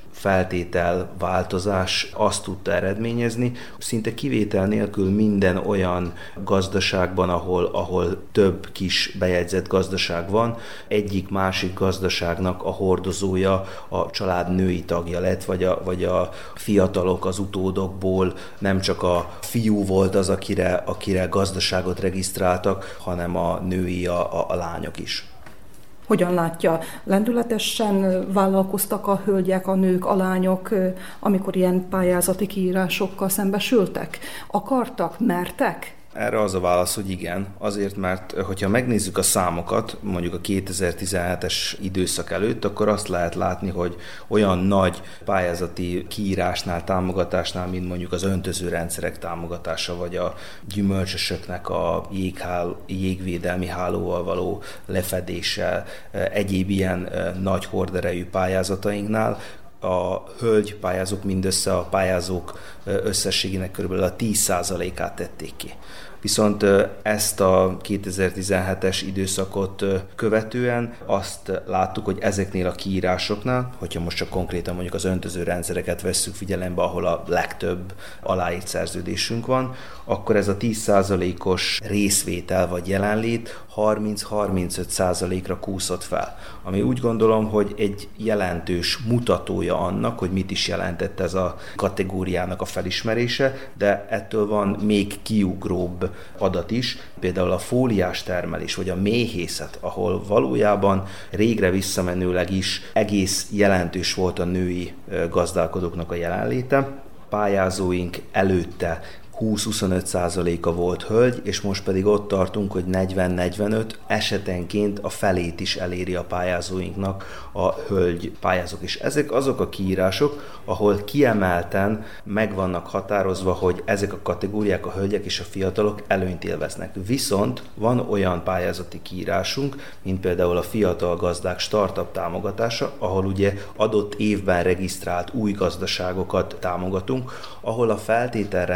feltételváltozás azt tudta eredményezni, szinte kivétel nélkül minden olyan gazdaságban, ahol, ahol több kis bejegyzett gazdaság van, egyik-másik gazdaságnak a hordozója a család női tagja lett, vagy a, vagy a fiatalok az utódokból nem csak a fiú volt az, akire, akire gazdaságot regisztráltak, hanem a női, a, a, a lányok is. Hogyan látja? Lendületesen vállalkoztak a hölgyek, a nők, a lányok, amikor ilyen pályázati kiírásokkal szembesültek? Akartak? Mertek? Erre az a válasz, hogy igen. Azért, mert hogyha megnézzük a számokat, mondjuk a kétezer-tizenhetes időszak előtt, akkor azt lehet látni, hogy olyan nagy pályázati kiírásnál, támogatásnál, mint mondjuk az öntözőrendszerek támogatása, vagy a gyümölcsösöknek a jéghál, jégvédelmi hálóval való lefedése, egyéb ilyen nagy horderejű pályázatainknál, a hölgy pályázók mindössze a pályázók összességének körülbelül a tíz százalékát tették ki. Viszont ezt a kétezer-tizenhetes időszakot követően azt láttuk, hogy ezeknél a kiírásoknál, hogyha most csak konkrétan mondjuk az öntöző rendszereket vesszük figyelembe, ahol a legtöbb aláírt szerződésünk van, akkor ez a tíz százalékos részvétel vagy jelenlét harminc-harmincöt százalékra kúszott fel. Ami úgy gondolom, hogy egy jelentős mutatója annak, hogy mit is jelentett ez a kategóriának a felismerése, de ettől van még kiugróbb adat is, például a fóliás termelés, vagy a méhészet, ahol valójában régre visszamenőleg is egész jelentős volt a női gazdálkodóknak a jelenléte. Pályázóink előtte húsz-huszonöt százaléka volt hölgy, és most pedig ott tartunk, hogy negyven-negyvenöt, esetenként a felét is eléri a pályázóinknak a hölgy pályázók. És ezek azok a kiírások, ahol kiemelten meg vannak határozva, hogy ezek a kategóriák, a hölgyek és a fiatalok előnyt élveznek. Viszont van olyan pályázati kiírásunk, mint például a fiatal gazdák startup támogatása, ahol ugye adott évben regisztrált új gazdaságokat támogatunk, ahol a feltételrendszerben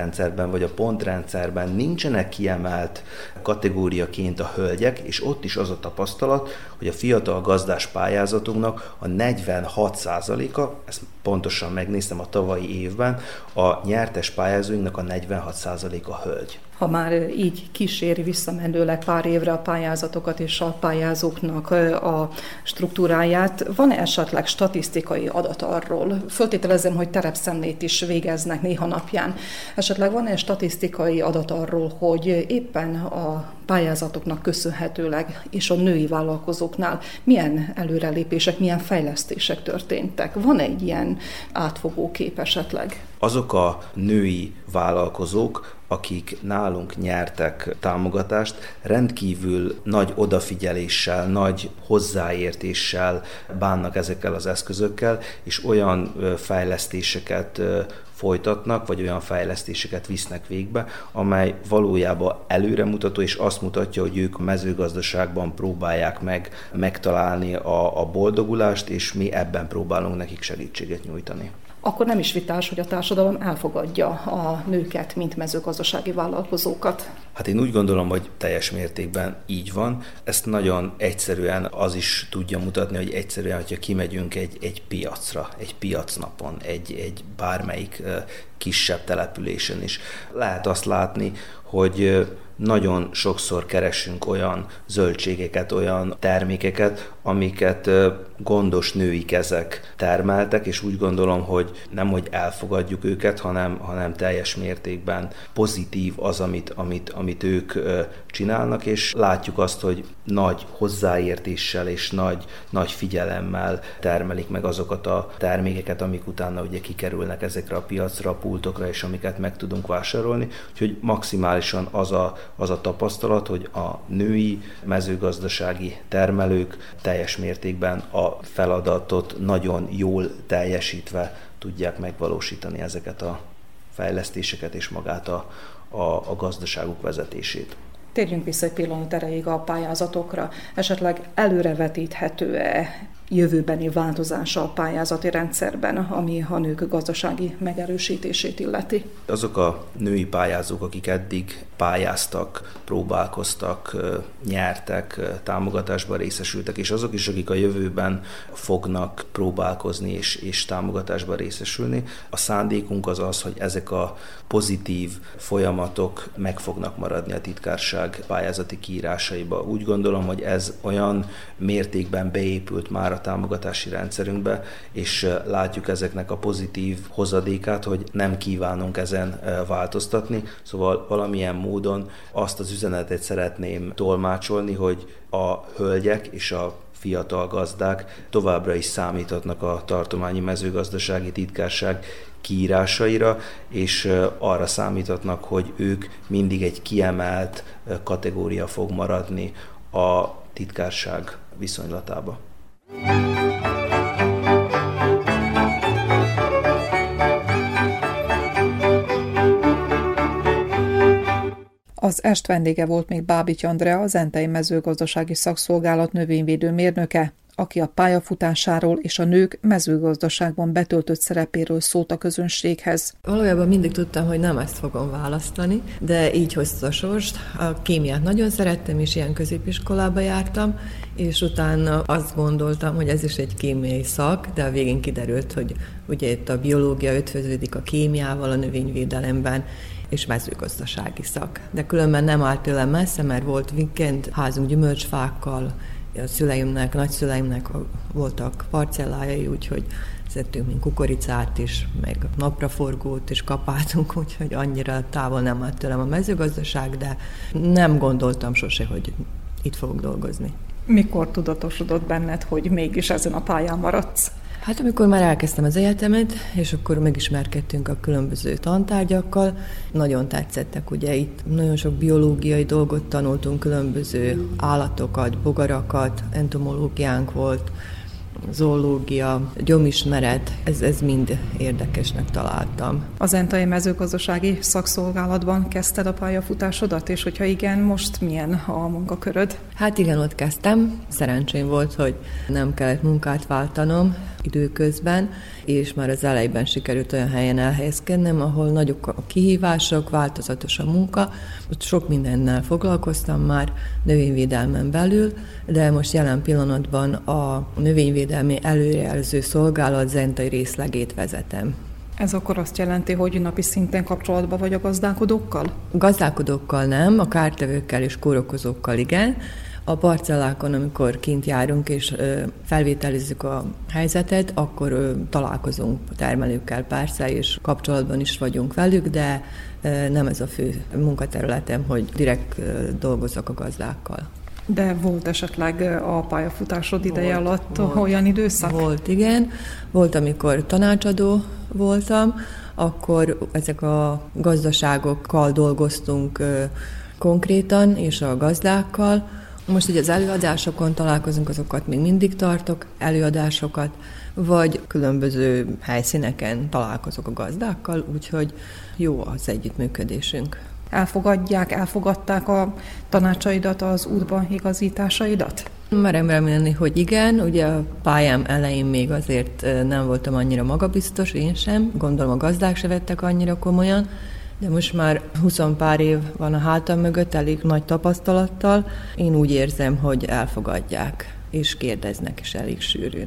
rendszerben vagy a pontrendszerben nincsenek kiemelt kategóriaként a hölgyek, és ott is az a tapasztalat, hogy a fiatal gazdás pályázatunknak a negyvenhat százaléka, ezt pontosan megnéztem a tavalyi évben, a nyertes pályázóinknak a negyvenhat százaléka hölgy. Ha már így kíséri visszamenőleg pár évre a pályázatokat és a pályázóknak a struktúráját, van esetleg statisztikai adat arról? Föltételezem, hogy terepszemlét is végeznek néha napján. Esetleg van-e statisztikai adat arról, hogy éppen a pályázatoknak köszönhetőleg és a női vállalkozóknál milyen előrelépések, milyen fejlesztések történtek? Van egy ilyen átfogó kép esetleg? Azok a női vállalkozók, akik nálunk nyertek támogatást, rendkívül nagy odafigyeléssel, nagy hozzáértéssel bánnak ezekkel az eszközökkel, és olyan fejlesztéseket folytatnak, vagy olyan fejlesztéseket visznek végbe, amely valójában előremutató, és azt mutatja, hogy ők a mezőgazdaságban próbálják meg megtalálni a, a boldogulást, és mi ebben próbálunk nekik segítséget nyújtani. Akkor nem is vitás, hogy a társadalom elfogadja a nőket, mint mezőgazdasági vállalkozókat. Hát én úgy gondolom, hogy teljes mértékben így van. Ezt nagyon egyszerűen az is tudja mutatni, hogy egyszerűen, hogyha kimegyünk egy, egy piacra, egy piacnapon, egy, egy bármelyik kisebb településen is, lehet azt látni, hogy nagyon sokszor keresünk olyan zöldségeket, olyan termékeket, amiket gondos női kezek termeltek, és úgy gondolom, hogy nem, hogy elfogadjuk őket, hanem, hanem teljes mértékben pozitív az, amit, amit, amit ők csinálnak, és látjuk azt, hogy nagy hozzáértéssel és nagy, nagy figyelemmel termelik meg azokat a termékeket, amik utána ugye kikerülnek ezekre a piacra, a pultokra, és amiket meg tudunk vásárolni. Úgyhogy maximálisan az a, az a tapasztalat, hogy a női mezőgazdasági termelők teljes mértékben a feladatot nagyon jól teljesítve tudják megvalósítani ezeket a fejlesztéseket és magát a, a, a gazdaságuk vezetését. Térjünk vissza egy pillanat erejéig a pályázatokra. Esetleg előrevetíthető-e jövőbeni változása a pályázati rendszerben, ami a nők gazdasági megerősítését illeti? Azok a női pályázók, akik eddig pályáztak, próbálkoztak, nyertek, támogatásban részesültek, és azok is, akik a jövőben fognak próbálkozni és, és támogatásban részesülni, a szándékunk az az, hogy ezek a pozitív folyamatok meg fognak maradni a titkárság pályázati kiírásaiba. Úgy gondolom, hogy ez olyan mértékben beépült már a támogatási rendszerünkbe, és látjuk ezeknek a pozitív hozadékát, hogy nem kívánunk ezen változtatni, szóval valamilyen módon azt az üzenetet szeretném tolmácsolni, hogy a hölgyek és a fiatal gazdák továbbra is számíthatnak a tartományi mezőgazdasági titkárság kiírásaira, és arra számíthatnak, hogy ők mindig egy kiemelt kategória fog maradni a titkárság viszonylatába. Az est vendége volt még Bábity Andrea, az Zentei Mezőgazdasági Szakszolgálat növényvédő mérnöke, aki a pályafutásáról és a nők mezőgazdaságban betöltött szerepéről szólt a közönséghez. Valójában mindig tudtam, hogy nem ezt fogom választani, de így hozta a sorst. A kémiát nagyon szerettem, és ilyen középiskolába jártam, és utána azt gondoltam, hogy ez is egy kémiai szak, de a végén kiderült, hogy ugye itt a biológia ötvöződik a kémiával a növényvédelemben, és mezőgazdasági szak. De különben nem állt tőlem messze, mert volt weekend házunk gyümölcsfákkal, a szüleimnek, nagyszüleimnek voltak parcellájai, úgyhogy szedtünk mint kukoricát is, meg napraforgót is kapáltunk, úgyhogy annyira távol nem állt tőlem a mezőgazdaság, de nem gondoltam sose, hogy itt fogok dolgozni. Mikor tudatosodott benned, hogy mégis ezen a pályán maradsz? Hát amikor már elkezdtem az egyetemet, és akkor megismerkedtünk a különböző tantárgyakkal, nagyon tetszettek, ugye itt nagyon sok biológiai dolgot tanultunk, különböző állatokat, bogarakat, entomológiánk volt, zoológia, gyomismeret, ez, ez mind érdekesnek találtam. A Zentei Mezőgazdasági Szakszolgálatban kezdted a pályafutásodat, és hogyha igen, most milyen a munkaköröd? Hát igen, ott kezdtem. Szerencsém volt, hogy nem kellett munkát váltanom, időközben, és már az elejében sikerült olyan helyen elhelyezkednem, ahol nagyok a kihívások, változatos a munka. Ott sok mindennel foglalkoztam már növényvédelmen belül, de most jelen pillanatban a növényvédelmi előrejelző szolgálat zentai részlegét vezetem. Ez akkor azt jelenti, hogy napi szinten kapcsolatban vagy a gazdálkodókkal? Gazdálkodókkal nem, a kártevőkkel és kórokozókkal igen. A parcellákon, amikor kint járunk és felvételizzük a helyzetet, akkor találkozunk termelőkkel persze, és kapcsolatban is vagyunk velük, de nem ez a fő munkaterületem, hogy direkt dolgozok a gazdákkal. De volt esetleg a pályafutásod ideje volt, alatt volt, olyan időszak? Volt, igen. Volt, amikor tanácsadó voltam, akkor ezek a gazdaságokkal dolgoztunk konkrétan, és a gazdákkal. Most ugye az előadásokon találkozunk, azokat még mindig tartok, előadásokat, vagy különböző helyszíneken találkozok a gazdákkal, úgyhogy jó az együttműködésünk. Elfogadják, elfogadták a tanácsaidat, az útba igazításaidat? Merem remélni, hogy igen. Ugye a pályám elején még azért nem voltam annyira magabiztos, én sem. Gondolom a gazdák se vettek annyira komolyan, de most már huszon pár év van a hátam mögött, elég nagy tapasztalattal. Én úgy érzem, hogy elfogadják, és kérdeznek is elég sűrűn.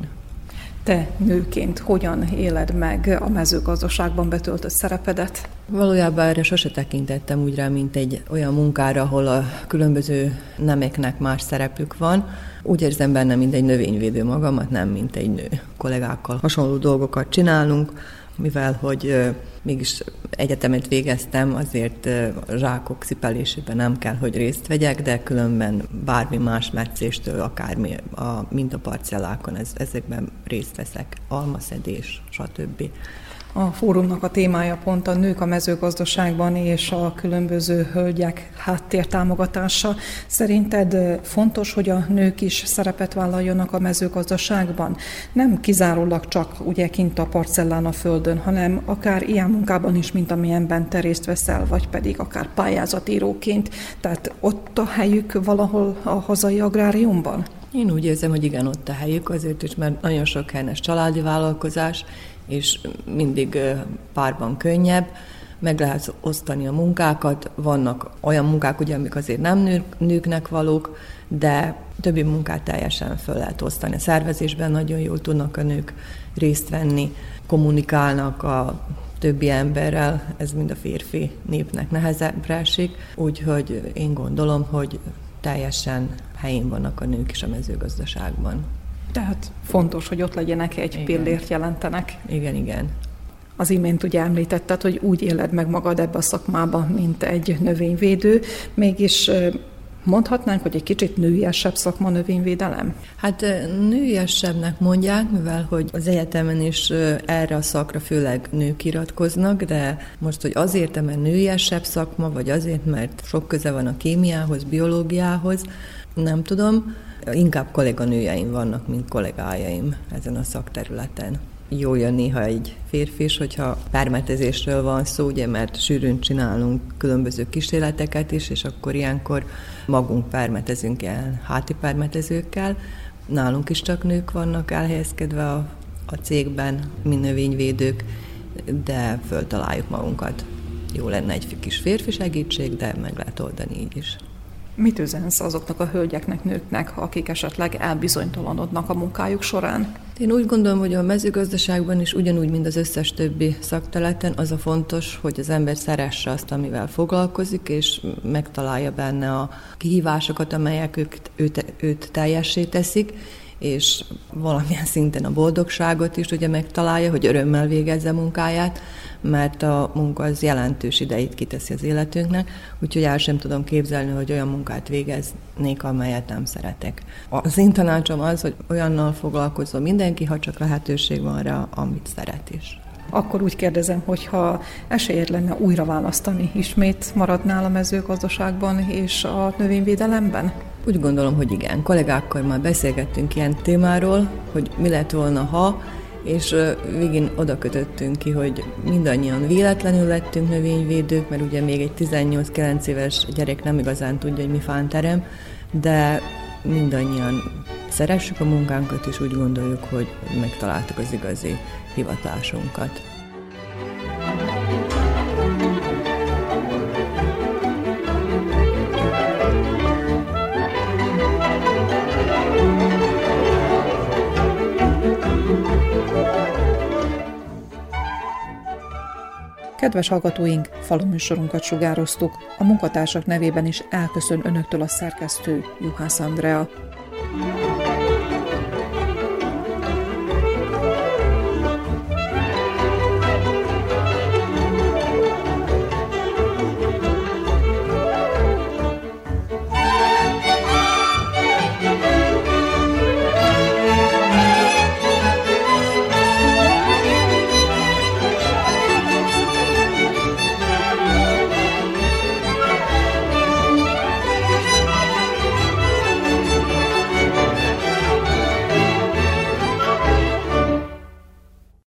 Te nőként hogyan éled meg a mezőgazdaságban betöltött szerepedet? Valójában erre sose tekintettem úgy rá, mint egy olyan munkára, ahol a különböző nemeknek más szerepük van. Úgy érzem benne, mint egy növényvédő magamat, nem mint egy nő. Kollégákkal hasonló dolgokat csinálunk, mivel hogy mégis egyetemet végeztem, azért zsákok cipelésében nem kell, hogy részt vegyek, de különben bármi más metszéstől, akármi a mintaparcellákon, ez, ezekben részt veszek, almaszedés, stb. A fórumnak a témája pont a nők a mezőgazdaságban és a különböző hölgyek háttértámogatása. Szerinted fontos, hogy a nők is szerepet vállaljanak a mezőgazdaságban? Nem kizárólag csak ugye kint a parcellán a földön, hanem akár ilyen munkában is, mint amilyenben te részt veszel, vagy pedig akár pályázatíróként. Tehát ott a helyük valahol a hazai agráriumban? Én úgy érzem, hogy igen, ott a helyük, azért is, mert nagyon sok helyen ez családi vállalkozás, és mindig párban könnyebb, meg lehet osztani a munkákat, vannak olyan munkák, ugye, amik azért nem nők, nőknek valók, de többi munkát teljesen föl lehet osztani. A szervezésben nagyon jól tudnak a nők részt venni, kommunikálnak a többi emberrel, ez mind a férfi népnek nehezebbre esik, úgyhogy én gondolom, hogy teljesen helyén vannak a nők is a mezőgazdaságban. Tehát fontos, hogy ott legyenek, egy igen. pillért jelentenek. Igen, igen. Az imént ugye említetted, hogy úgy éled meg magad ebbe a szakmába, mint egy növényvédő, mégis mondhatnánk, hogy egy kicsit nőiesebb szakma növényvédelem? Hát nőiesebbnek mondják, mivel hogy az egyetemen is erre a szakra főleg nők iratkoznak, de most, hogy azért, mert nőiesebb szakma, vagy azért, mert sok köze van a kémiához, biológiához, nem tudom. Inkább kolléganőjeim vannak, mint kollégájaim ezen a szakterületen. Jó jön néha egy férfi is, hogyha permetezésről van szó, ugye, mert sűrűn csinálunk különböző kísérleteket is, és akkor ilyenkor magunk permetezünk ilyen háti permetezőkkel. Nálunk is csak nők vannak elhelyezkedve a, a cégben, mi növényvédők, de föltaláljuk magunkat. Jó lenne egy kis férfi segítség, de meg lehet oldani így is. Mit üzensz azoknak a hölgyeknek, nőknek, akik esetleg elbizonytalanodnak a munkájuk során? Én úgy gondolom, hogy a mezőgazdaságban is ugyanúgy, mint az összes többi szakterületen, az a fontos, hogy az ember szeresse azt, amivel foglalkozik, és megtalálja benne a kihívásokat, amelyek őt, őt, őt teljessé teszik, és valamilyen szinten a boldogságot is ugye megtalálja, hogy örömmel végezze munkáját, mert a munka az jelentős idejét kiteszi az életünknek, úgyhogy el sem tudom képzelni, hogy olyan munkát végeznék, amelyet nem szeretek. Az én tanácsom az, hogy olyannal foglalkozom mindenki, ha csak lehetőség van rá, amit szeret is. Akkor úgy kérdezem, hogyha esélyed lenne újra választani, ismét maradnál a mezőgazdaságban és a növényvédelemben? Úgy gondolom, hogy igen. Kollégákkal már beszélgettünk ilyen témáról, hogy mi lett volna, ha, és végén oda kötöttünk ki, hogy mindannyian véletlenül lettünk növényvédők, mert ugye még egy tizennyolc-kilenc éves gyerek nem igazán tudja, hogy mi fánterem, de mindannyian szeressük a munkánkat, és úgy gondoljuk, hogy megtaláltuk az igazi hivatásunkat. Kedves hallgatóink, faluműsorunkat sugároztuk. A munkatársak nevében is elköszön önöktől a szerkesztő, Juhász Andrea.